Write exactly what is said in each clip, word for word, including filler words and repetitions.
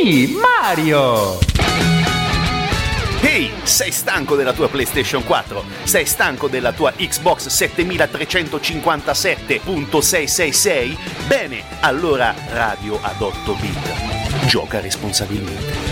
Sì, Mario! Ehi, sei stanco della tua PlayStation quattro? Sei stanco della tua Xbox setemilatrecentocinquantasette punto seicentosessantasei? Bene, allora Radio ad otto bit. Gioca responsabilmente.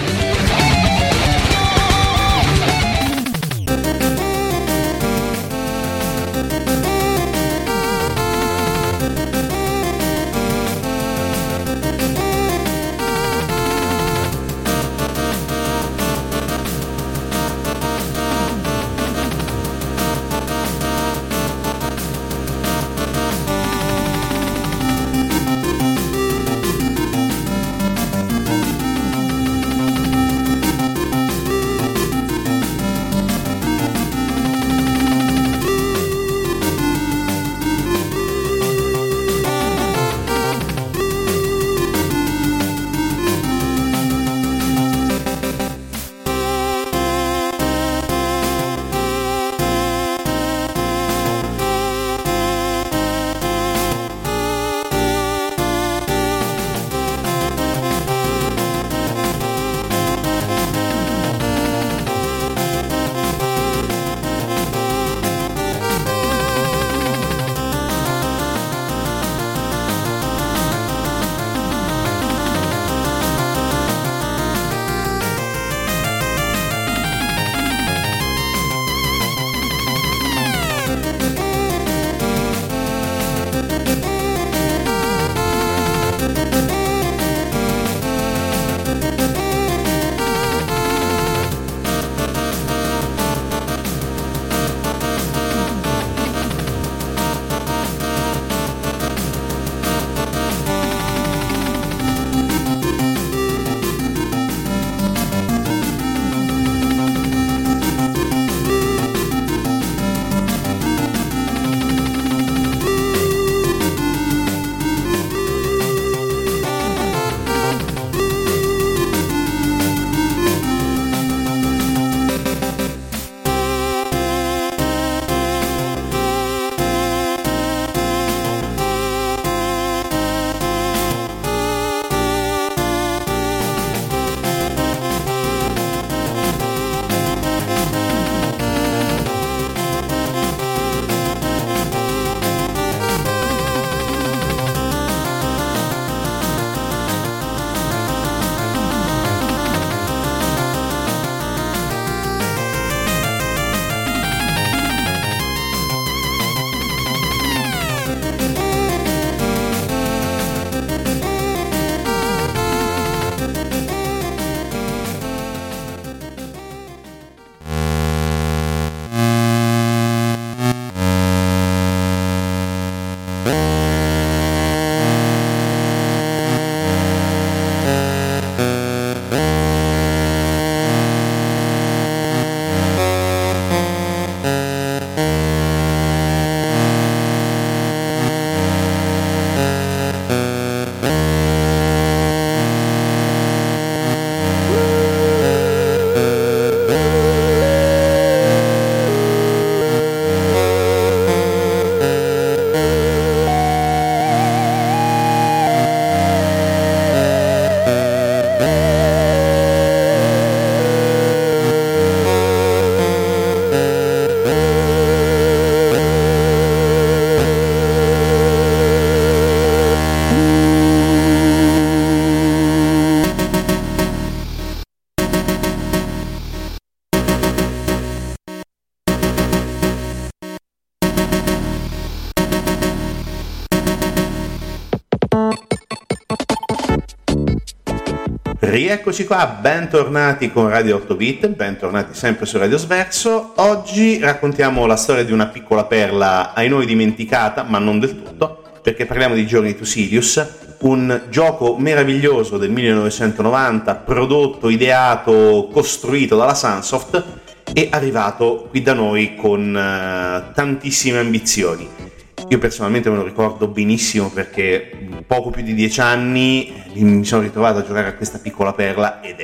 Rieccoci qua, bentornati con Radio otto bit, bentornati sempre su Radio Sverso. Oggi raccontiamo la storia di una piccola perla ai noi dimenticata, ma non del tutto, perché parliamo di Journey to Sirius, un gioco meraviglioso del millenovecentonovanta, prodotto, ideato, costruito dalla Sunsoft e arrivato qui da noi con uh, tantissime ambizioni. Io personalmente me lo ricordo benissimo perché poco più di dieci anni mi sono ritrovato a giocare a questa piccola perla ed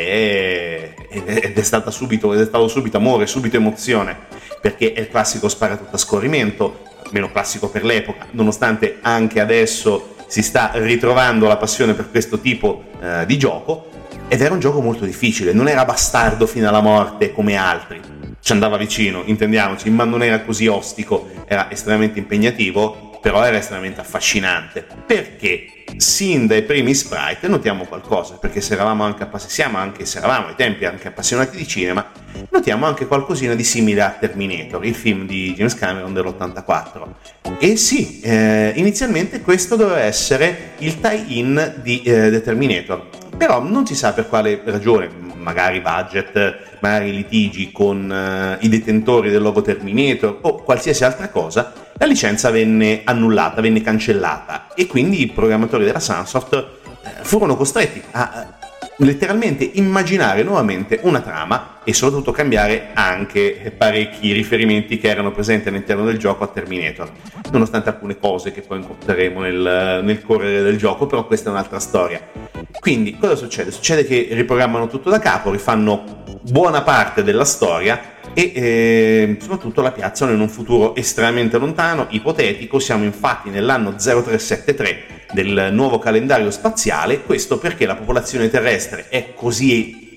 è, ed è stata subito, ed è stato subito amore, subito emozione, perché è il classico sparatutto a scorrimento, meno classico per l'epoca, nonostante anche adesso si sta ritrovando la passione per questo tipo eh, di gioco. ed era un gioco molto difficile, non era bastardo fino alla morte come altri, ci andava vicino, intendiamoci, ma non era così ostico, era estremamente impegnativo, però era estremamente affascinante, perché sin dai primi sprite notiamo qualcosa, perché se eravamo anche appass- siamo anche se eravamo ai tempi anche appassionati di cinema, notiamo anche qualcosina di simile a Terminator, il film di James Cameron dell'ottantaquattro. E sì, eh, inizialmente questo doveva essere il tie-in di eh, The Terminator, però non si sa per quale ragione, magari budget, magari litigi con uh, i detentori del logo Terminator o qualsiasi altra cosa, la licenza venne annullata, venne cancellata e quindi i programmatori della Sunsoft uh, furono costretti a uh, letteralmente immaginare nuovamente una trama e soprattutto cambiare anche parecchi riferimenti che erano presenti all'interno del gioco a Terminator, nonostante alcune cose che poi incontreremo nel, nel correre del gioco, però questa è un'altra storia. Quindi cosa succede? Succede che riprogrammano tutto da capo, rifanno buona parte della storia e eh, soprattutto la piazzano in un futuro estremamente lontano, ipotetico. Siamo infatti nell'anno zero tre sette tre del nuovo calendario spaziale, questo perché la popolazione terrestre è così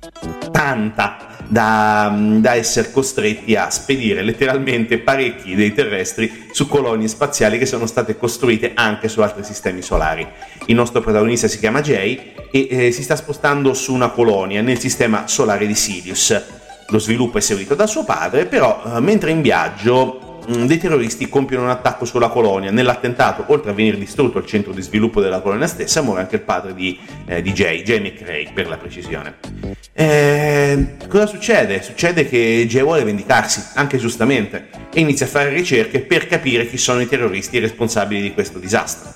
tanta da, da essere costretti a spedire letteralmente parecchi dei terrestri su colonie spaziali che sono state costruite anche su altri sistemi solari. Il nostro protagonista si chiama Jay e eh, si sta spostando su una colonia nel sistema solare di Sirius. Lo sviluppo è seguito da suo padre, però eh, mentre in viaggio mh, dei terroristi compiono un attacco sulla colonia. Nell'attentato, oltre a venire distrutto il centro di sviluppo della colonia stessa, muore anche il padre di, eh, di Jay, Jay McRae per la precisione. Eh, cosa succede? Succede che Jay vuole vendicarsi, anche giustamente, e inizia a fare ricerche per capire chi sono i terroristi responsabili di questo disastro.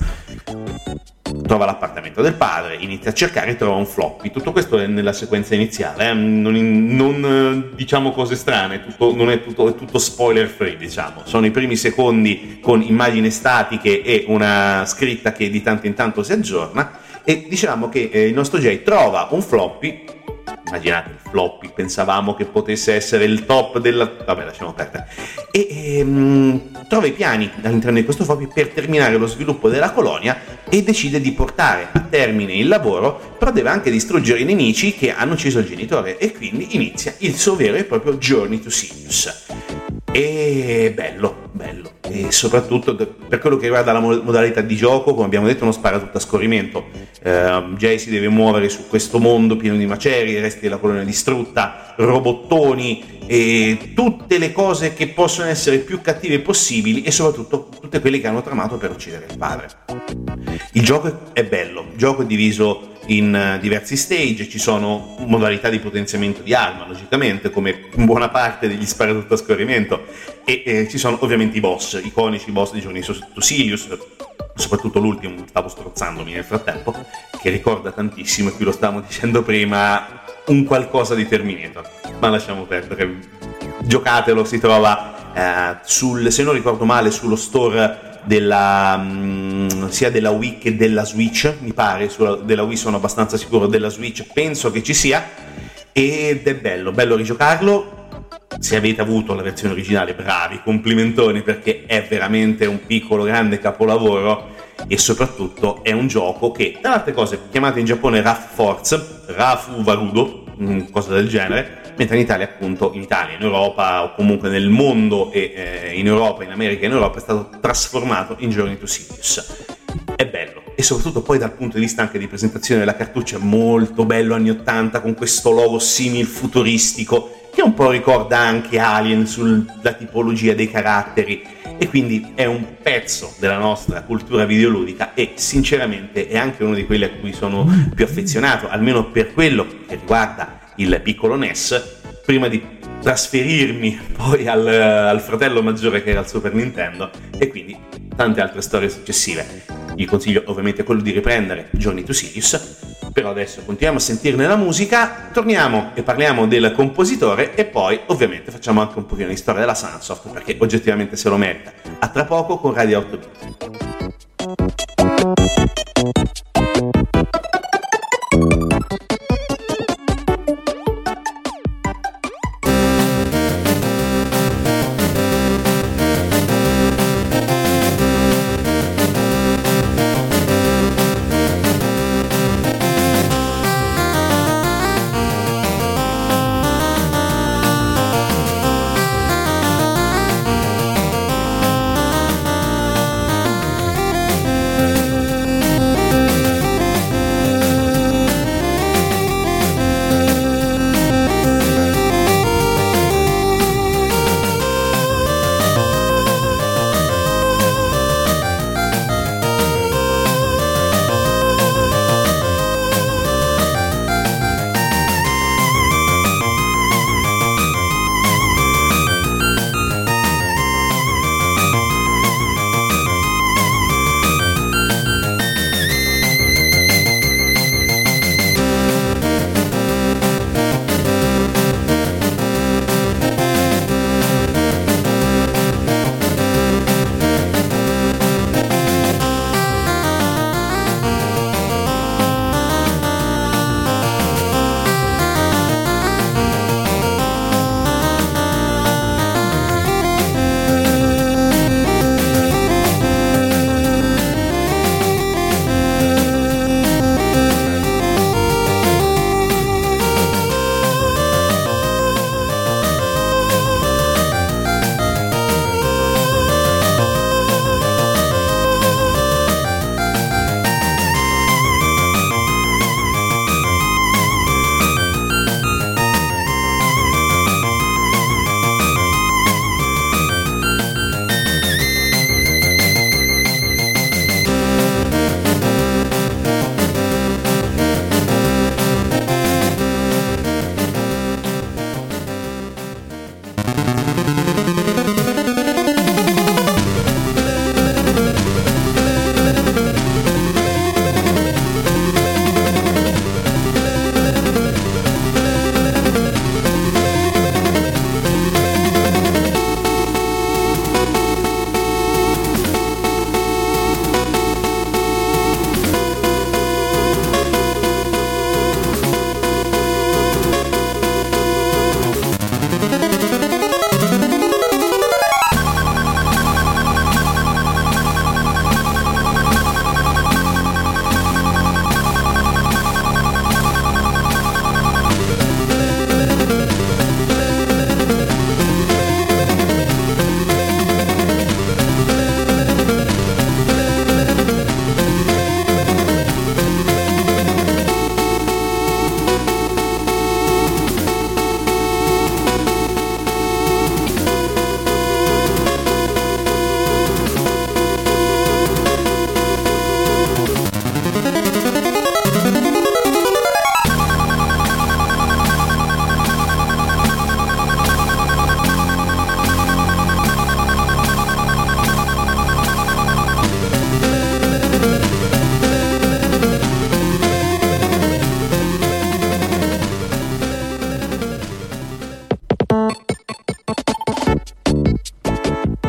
Trova l'appartamento del padre, inizia a cercare e trova un floppy. Tutto questo è nella sequenza iniziale, eh? non, in, non diciamo cose strane, tutto, non è tutto, è tutto spoiler free, diciamo. Sono i primi secondi con immagini statiche e una scritta che di tanto in tanto si aggiorna, e diciamo che eh, il nostro Jay trova un floppy. Immaginate il floppy, pensavamo che potesse essere il top della... vabbè, lasciamo perdere. E ehm, trova i piani all'interno di questo floppy per terminare lo sviluppo della colonia e decide di portare a termine il lavoro, però deve anche distruggere i nemici che hanno ucciso il genitore, e quindi inizia il suo vero e proprio Journey to Sirius. E bello, bello. E soprattutto per quello che riguarda la modalità di gioco, come abbiamo detto, non spara tutto a scorrimento. Uh, Jay si deve muovere su questo mondo pieno di macerie, resti della colonia distrutta, robottoni e tutte le cose che possono essere più cattive possibili, e soprattutto tutte quelle che hanno tramato per uccidere il padre. Il gioco è bello, il gioco è diviso in diversi stage, ci sono modalità di potenziamento di arma, logicamente, come in buona parte degli sparatutto a scorrimento, e eh, ci sono ovviamente i boss, iconici boss di Journey to Sirius, soprattutto l'ultimo, stavo strozzandomi nel frattempo, che ricorda tantissimo, e qui lo stavamo dicendo prima, un qualcosa di Terminator, ma lasciamo perdere, giocatelo, si trova eh, sul, se non ricordo male, sullo store della mh, sia della Wii che della Switch, mi pare. Sulla, della Wii sono abbastanza sicuro, della Switch penso che ci sia, ed è bello, bello rigiocarlo. Se avete avuto la versione originale, bravi, complimentoni, perché è veramente un piccolo grande capolavoro, e soprattutto è un gioco che, tra le altre cose, chiamato in Giappone Rafu Force, Rafu Varudo, cosa del genere, mentre in Italia, appunto, in Italia, in Europa, o comunque nel mondo, e eh, in Europa, in America e in Europa, è stato trasformato in Journey to Sirius. È bello, e soprattutto poi dal punto di vista anche di presentazione della cartuccia è molto bello, anni ottanta, con questo logo simil futuristico che un po' ricorda anche Alien sulla tipologia dei caratteri, e quindi è un pezzo della nostra cultura videoludica, e sinceramente è anche uno di quelli a cui sono più affezionato, almeno per quello che riguarda il piccolo N E S, prima di trasferirmi poi al, al fratello maggiore che era il Super Nintendo, e quindi tante altre storie successive. Il consiglio ovviamente è quello di riprendere Journey to Sirius, però adesso continuiamo a sentirne la musica, torniamo e parliamo del compositore, e poi ovviamente facciamo anche un pochino di storia della Sunsoft, perché oggettivamente se lo merita. A tra poco con Radio otto bit.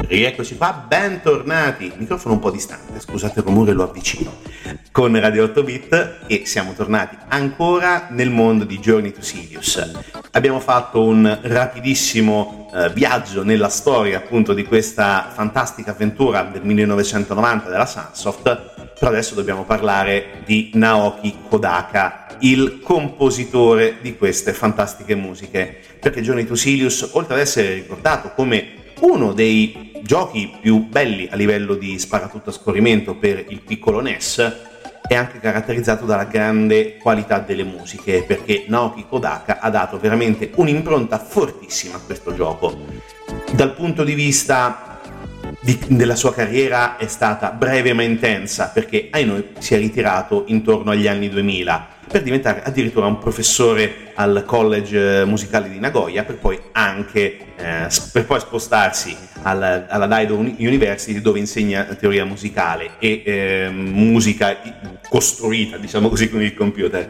Rieccoci qua, bentornati, microfono un po' distante, scusate il rumore, lo avvicino, con Radio otto bit e siamo tornati ancora nel mondo di Journey to Sirius. Abbiamo fatto un rapidissimo eh, viaggio nella storia appunto di questa fantastica avventura del millenovecentonovanta della Sunsoft, però adesso dobbiamo parlare di Naoki Kodaka, il compositore di queste fantastiche musiche, perché Journey to Sirius, oltre ad essere ricordato come uno dei giochi più belli a livello di sparatutto a scorrimento per il piccolo N E S, è anche caratterizzato dalla grande qualità delle musiche, perché Naoki Kodaka ha dato veramente un'impronta fortissima a questo gioco. Dal punto di vista di, della sua carriera è stata breve ma intensa, perché ai noi si è ritirato intorno agli anni duemila per diventare addirittura un professore al college musicale di Nagoya, per poi anche eh, per poi spostarsi alla, alla Daido University, dove insegna teoria musicale e eh, musica costruita, diciamo così, con il computer.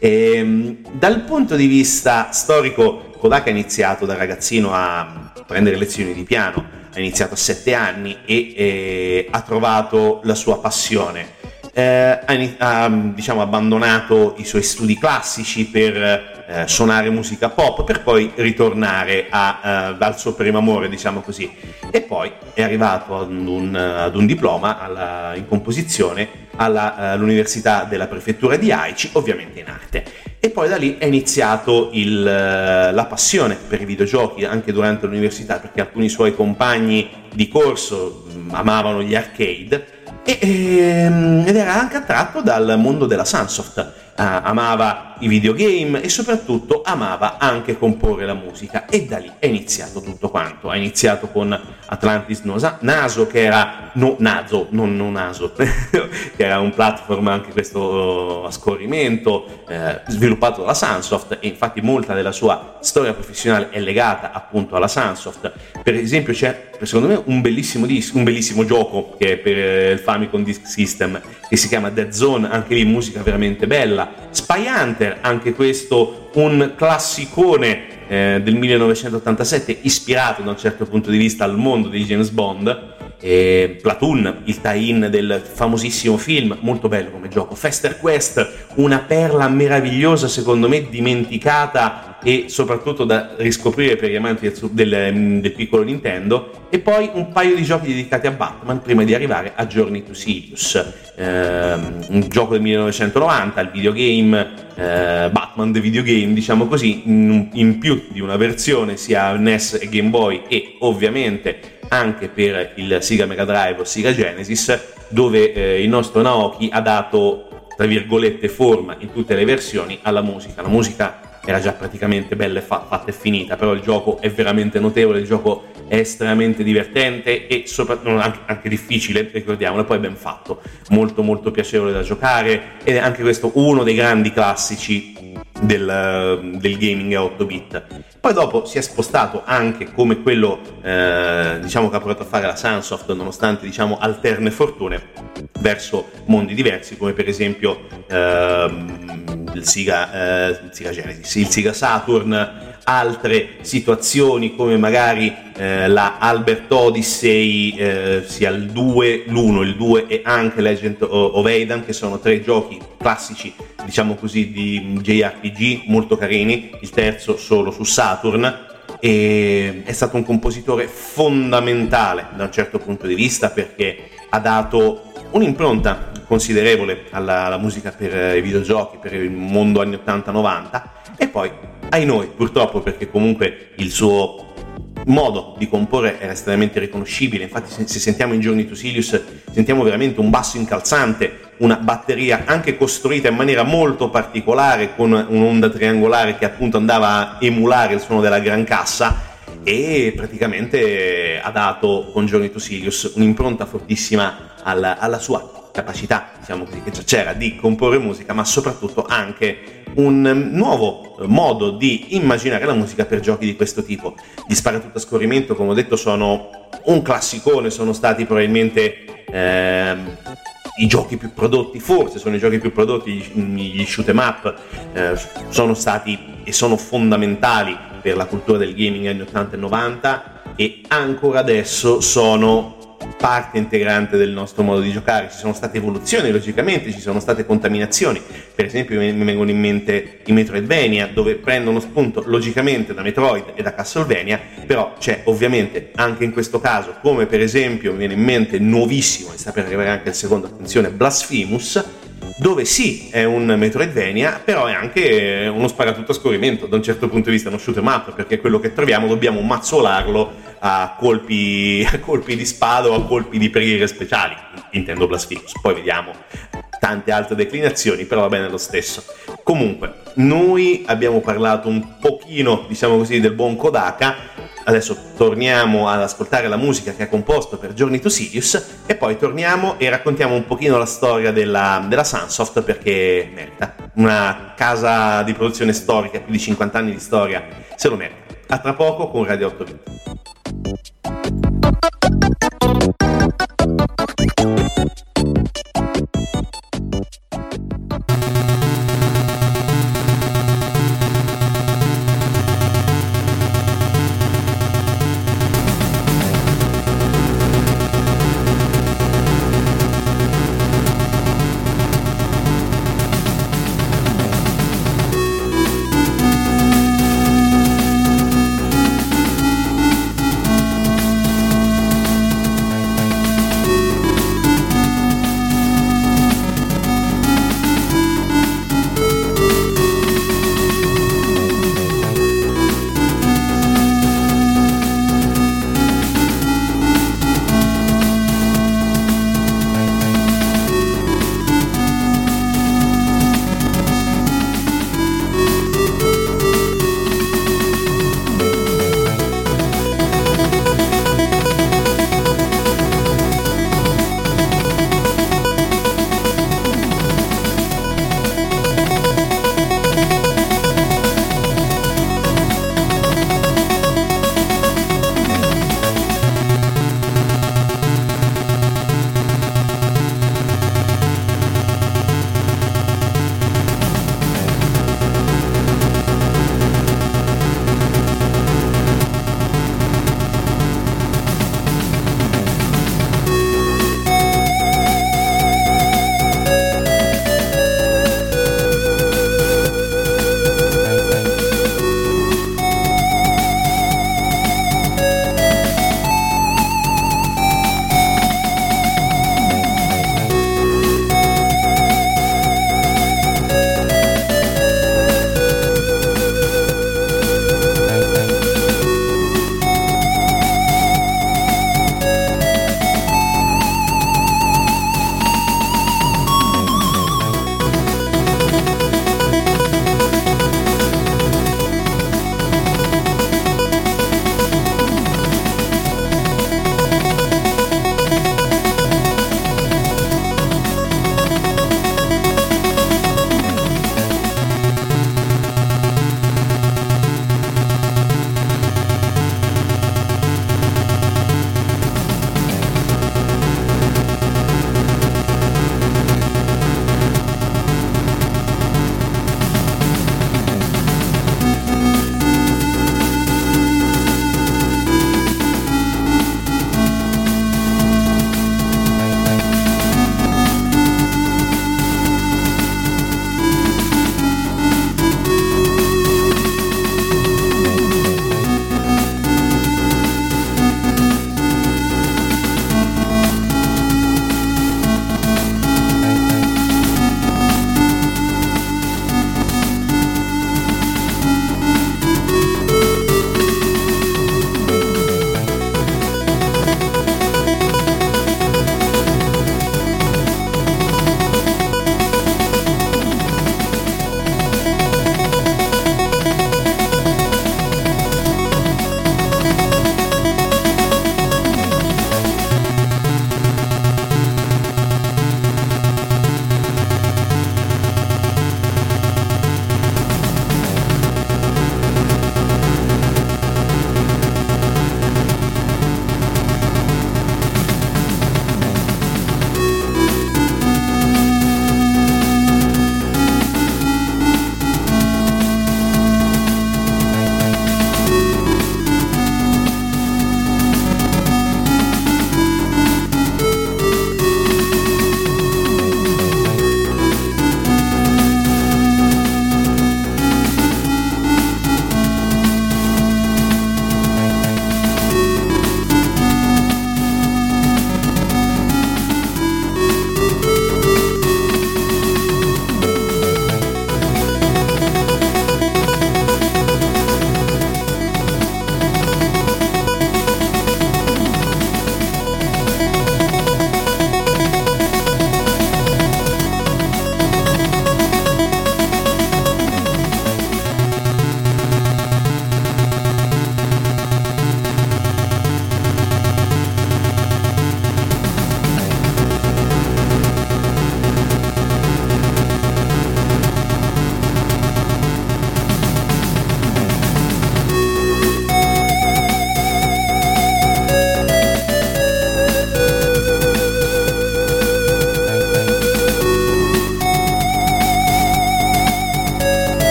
E, dal punto di vista storico, Kodaka ha iniziato da ragazzino a prendere lezioni di piano, ha iniziato a sette anni e eh, ha trovato la sua passione. Eh, ha, ha diciamo abbandonato i suoi studi classici per eh, suonare musica pop, per poi ritornare a, uh, al suo primo amore, diciamo così, e poi è arrivato ad un, ad un diploma alla, in composizione alla, uh, all'Università della Prefettura di Aichi, ovviamente in arte, e poi da lì è iniziato il, uh, la passione per i videogiochi anche durante l'università, perché alcuni suoi compagni di corso um, amavano gli arcade. E, ehm, ed era anche attratto dal mondo della Sunsoft, uh, amava i videogame e soprattutto amava anche comporre la musica, e da lì è iniziato tutto quanto. Ha iniziato con Atlantis Naso, che era no, Naso, non, non Naso che era un platform anche questo a scorrimento eh, sviluppato dalla Sunsoft, e infatti molta della sua storia professionale è legata appunto alla Sunsoft. Per esempio c'è secondo me un bellissimo disco, un bellissimo gioco che è per il Famicom Disk System, che si chiama Dead Zone, anche lì musica veramente bella. Spy Hunter, anche questo un classicone eh, del millenovecentottantasette, ispirato da un certo punto di vista al mondo di James Bond. E Platoon, il tie-in del famosissimo film, molto bello come gioco. Fester Quest, una perla meravigliosa, secondo me dimenticata e soprattutto da riscoprire per gli amanti del, del, del piccolo Nintendo. E poi un paio di giochi dedicati a Batman prima di arrivare a Journey to Sirius, ehm, un gioco del millenovecentonovanta, il videogame eh, Batman the Videogame, diciamo così, in, in più di una versione sia N E S e Game Boy, e ovviamente anche per il Sega Mega Drive o Sega Genesis, dove eh, il nostro Naoki ha dato, tra virgolette, forma in tutte le versioni alla musica. La musica era già praticamente bella e fa- fatta e finita, però il gioco è veramente notevole, il gioco è estremamente divertente e soprattutto anche, anche difficile, ricordiamolo, poi ben fatto, molto molto piacevole da giocare, ed è anche questo uno dei grandi classici del, del gaming a otto bit. Poi dopo si è spostato anche, come quello eh, diciamo che ha provato a fare la Sunsoft, nonostante diciamo alterne fortune, verso mondi diversi, come per esempio ehm, il Sega, eh, il Sega Genesis, il Sega Saturn, altre situazioni come magari eh, la Albert Odyssey, eh, sia il due, l'uno, il due e anche Legend of Aidan, che sono tre giochi classici, diciamo così, di J R P G molto carini, il terzo solo su Saturn. E è stato un compositore fondamentale da un certo punto di vista, perché ha dato un'impronta considerevole alla, alla musica per i videogiochi, per il mondo anni ottanta novanta, e poi ai noi purtroppo, perché comunque il suo modo di comporre era estremamente riconoscibile. Infatti se, se sentiamo in Journey to Sirius sentiamo veramente un basso incalzante, una batteria anche costruita in maniera molto particolare, con un'onda triangolare che appunto andava a emulare il suono della gran cassa, e praticamente ha dato con Journey to Sirius un'impronta fortissima alla, alla sua capacità, diciamo così, che già c'era di comporre musica, ma soprattutto anche un nuovo modo di immaginare la musica per giochi di questo tipo. Gli sparatutto a scorrimento, come ho detto, sono un classicone, sono stati probabilmente ehm, i giochi più prodotti, forse sono i giochi più prodotti, gli shoot 'em up eh, sono stati e sono fondamentali per la cultura del gaming anni ottanta e novanta. e ancora adesso sono parte integrante del nostro modo di giocare. Ci sono state evoluzioni, logicamente, ci sono state contaminazioni. Per esempio mi vengono in mente i Metroidvania, dove prendono spunto logicamente da Metroid e da Castlevania, però c'è ovviamente anche in questo caso, come per esempio mi viene in mente nuovissimo, e sta per arrivare anche il secondo, attenzione, Blasphemous, dove sì è un Metroidvania, però è anche uno sparatutto a scorrimento, da un certo punto di vista uno shoot 'em up, perché quello che troviamo dobbiamo mazzolarlo a colpi, a colpi di spada o a colpi di preghiere speciali, intendo Blasphemous. Poi vediamo tante altre declinazioni, però va bene lo stesso. Comunque, noi abbiamo parlato un pochino, diciamo così, del buon Kodaka. Adesso torniamo ad ascoltare la musica che ha composto per Journey to Sirius e poi torniamo e raccontiamo un pochino la storia della, della Sunsoft, perché merita. Una casa di produzione storica, più di cinquanta anni di storia, se lo merita. A tra poco con Radio otto bit.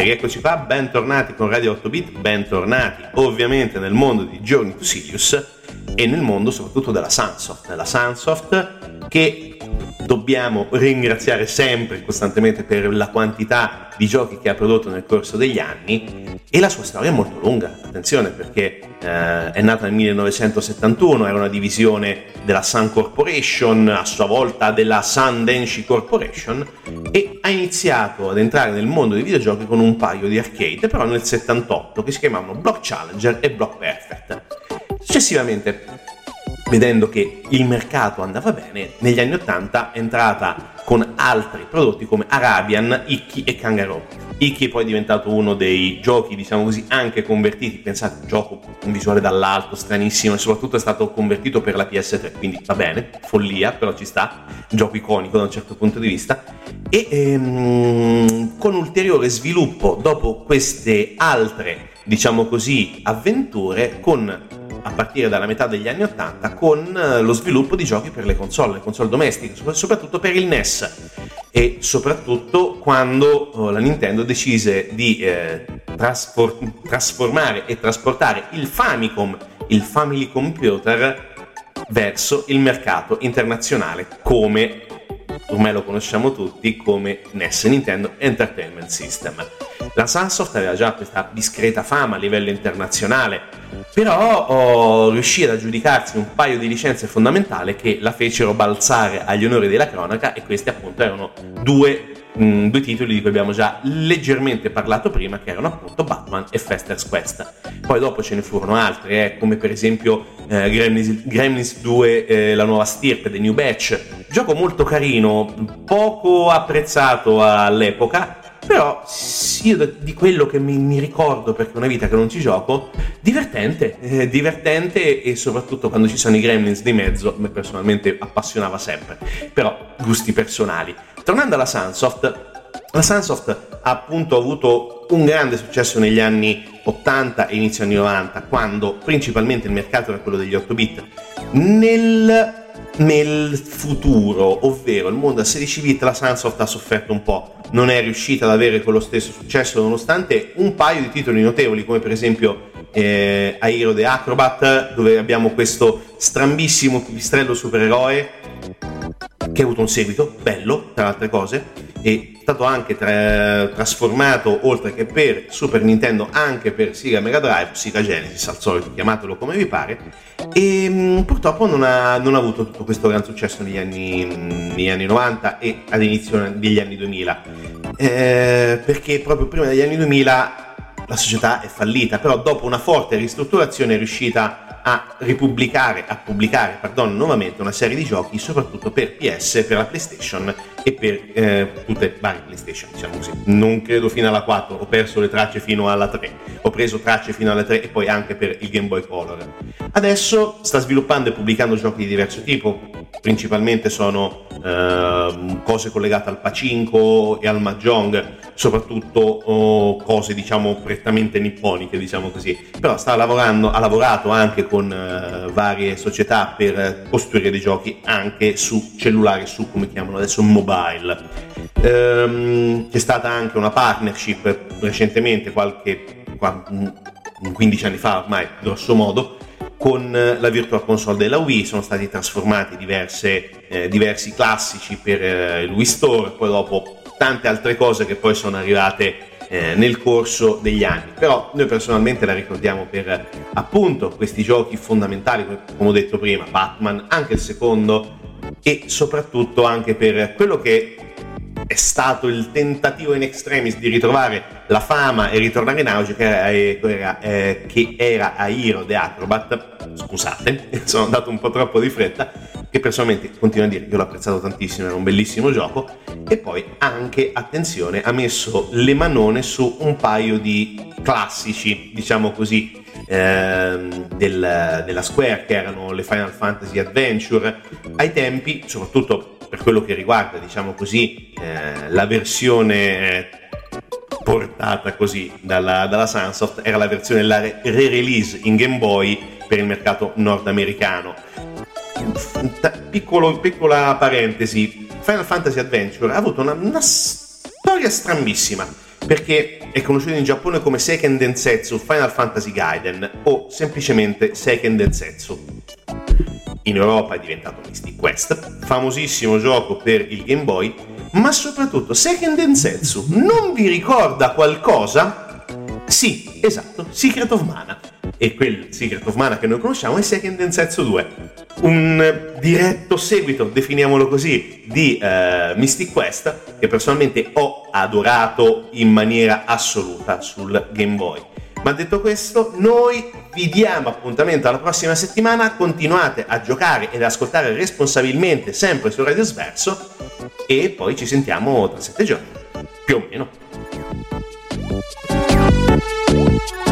rieccoci qua, bentornati con Radio otto bit, bentornati ovviamente nel mondo di Journey to Sirius e nel mondo soprattutto della Sunsoft, la Sunsoft che dobbiamo ringraziare sempre costantemente per la quantità di giochi che ha prodotto nel corso degli anni, e la sua storia è molto lunga, attenzione, perché eh, è nata nel millenovecentosettantuno, era una divisione della Sun Corporation, a sua volta della Sun Denshi Corporation, e ha iniziato ad entrare nel mondo dei videogiochi con un paio di arcade, però nel settantotto, che si chiamavano Block Challenger e Block Perfect. Successivamente, vedendo che il mercato andava bene, negli anni ottanta è entrata con altri prodotti come Arabian, Ikki e Kangaroo. Ikki poi è diventato uno dei giochi, diciamo così, anche convertiti. Pensate, un gioco con visuale dall'alto, stranissimo, e soprattutto è stato convertito per la P S tre, quindi va bene, follia, però ci sta, un gioco iconico da un certo punto di vista. E ehm, con ulteriore sviluppo, dopo queste altre, diciamo così, avventure, con a partire dalla metà degli anni ottanta, con lo sviluppo di giochi per le console, le console domestiche, soprattutto per il N E S, e soprattutto quando la Nintendo decise di eh, trasfor- trasformare e trasportare il Famicom, il Family Computer, verso il mercato internazionale come, ormai lo conosciamo tutti, come N E S, Nintendo Entertainment System. La Sunsoft aveva già questa discreta fama a livello internazionale, però oh, riuscì ad aggiudicarsi un paio di licenze fondamentali che la fecero balzare agli onori della cronaca, e questi appunto erano due, mh, due titoli di cui abbiamo già leggermente parlato prima, che erano appunto Batman e Fester's Quest. Poi dopo ce ne furono altri, eh, come per esempio eh, Gremlins, Gremlins due, eh, la nuova stirpe, The New Batch, gioco molto carino, poco apprezzato all'epoca, però io di quello che mi, mi ricordo, perché è una vita che non ci gioco, divertente, eh, divertente, e soprattutto quando ci sono i Gremlins di mezzo, a me personalmente appassionava sempre, però gusti personali. Tornando alla Sunsoft, la Sunsoft ha appunto avuto un grande successo negli anni ottanta e inizio anni novanta, quando principalmente il mercato era quello degli otto bit. Nel Nel futuro, ovvero il mondo a sedici bit, la Sunsoft ha sofferto un po', non è riuscita ad avere quello stesso successo, nonostante un paio di titoli notevoli, come per esempio eh, Aero the Acrobat, dove abbiamo questo strambissimo pipistrello supereroe che ha avuto un seguito bello, tra altre cose, e è stato anche tra- trasformato, oltre che per Super Nintendo, anche per Sega Mega Drive, Sega Genesis al solito, chiamatelo come vi pare, e mh, purtroppo non ha, non ha avuto tutto questo gran successo negli anni, negli anni novanta e all'inizio degli anni duemila, eh, perché proprio prima degli anni duemila la società è fallita, però dopo una forte ristrutturazione è riuscita a ripubblicare, a pubblicare, pardon, nuovamente una serie di giochi, soprattutto per P S, per la PlayStation e per eh, tutte le varie PlayStation, diciamo così. Non credo fino alla quattro, ho perso le tracce fino alla tre, ho preso tracce fino alla tre e poi anche per il Game Boy Color. Adesso sta sviluppando e pubblicando giochi di diverso tipo, principalmente sono eh, cose collegate al Pachinko e al Mahjong, soprattutto oh, cose diciamo prettamente nipponiche, diciamo così, però sta lavorando, ha lavorato anche con uh, varie società per costruire dei giochi anche su cellulare, su come chiamano adesso mobile. Ehm, c'è stata anche una partnership recentemente, qualche quindici anni fa ormai grosso modo, con la Virtual Console della Wii. Sono stati trasformati diverse, eh, diversi classici per eh, il Wii Store, poi dopo tante altre cose che poi sono arrivate eh, nel corso degli anni, però noi personalmente la ricordiamo per appunto questi giochi fondamentali, come ho detto prima, Batman, anche il secondo, e soprattutto anche per quello che è stato il tentativo in extremis di ritrovare la fama e ritornare in auge, che era, era, eh, che era Aero the Acrobat. Scusate, sono andato un po' troppo di fretta, che personalmente continuo a dire, io l'ho apprezzato tantissimo, era un bellissimo gioco. E poi anche, attenzione, ha messo le manone su un paio di classici, diciamo così, ehm, del, della Square, che erano le Final Fantasy Adventure. Ai tempi, soprattutto per quello che riguarda, diciamo così, eh, la versione eh, portata così dalla, dalla Sunsoft, era la versione, la re-release in Game Boy per il mercato nordamericano. Piccolo, piccola parentesi, Final Fantasy Adventure ha avuto una, una storia strambissima, perché è conosciuto in Giappone come Seiken Densetsu Final Fantasy Gaiden o semplicemente Seiken Densetsu. In Europa è diventato Mystic Quest, famosissimo gioco per il Game Boy, ma soprattutto Seiken Densetsu non vi ricorda qualcosa? Sì, esatto, Secret of Mana. E quel Secret of Mana che noi conosciamo è Seiken Densetsu due, un diretto seguito, definiamolo così, di uh, Mystic Quest, che personalmente ho adorato in maniera assoluta sul Game Boy. Ma detto questo, noi vi diamo appuntamento alla prossima settimana. Continuate a giocare ed ascoltare responsabilmente sempre su Radio Sverso e poi ci sentiamo tra sette giorni, più o meno.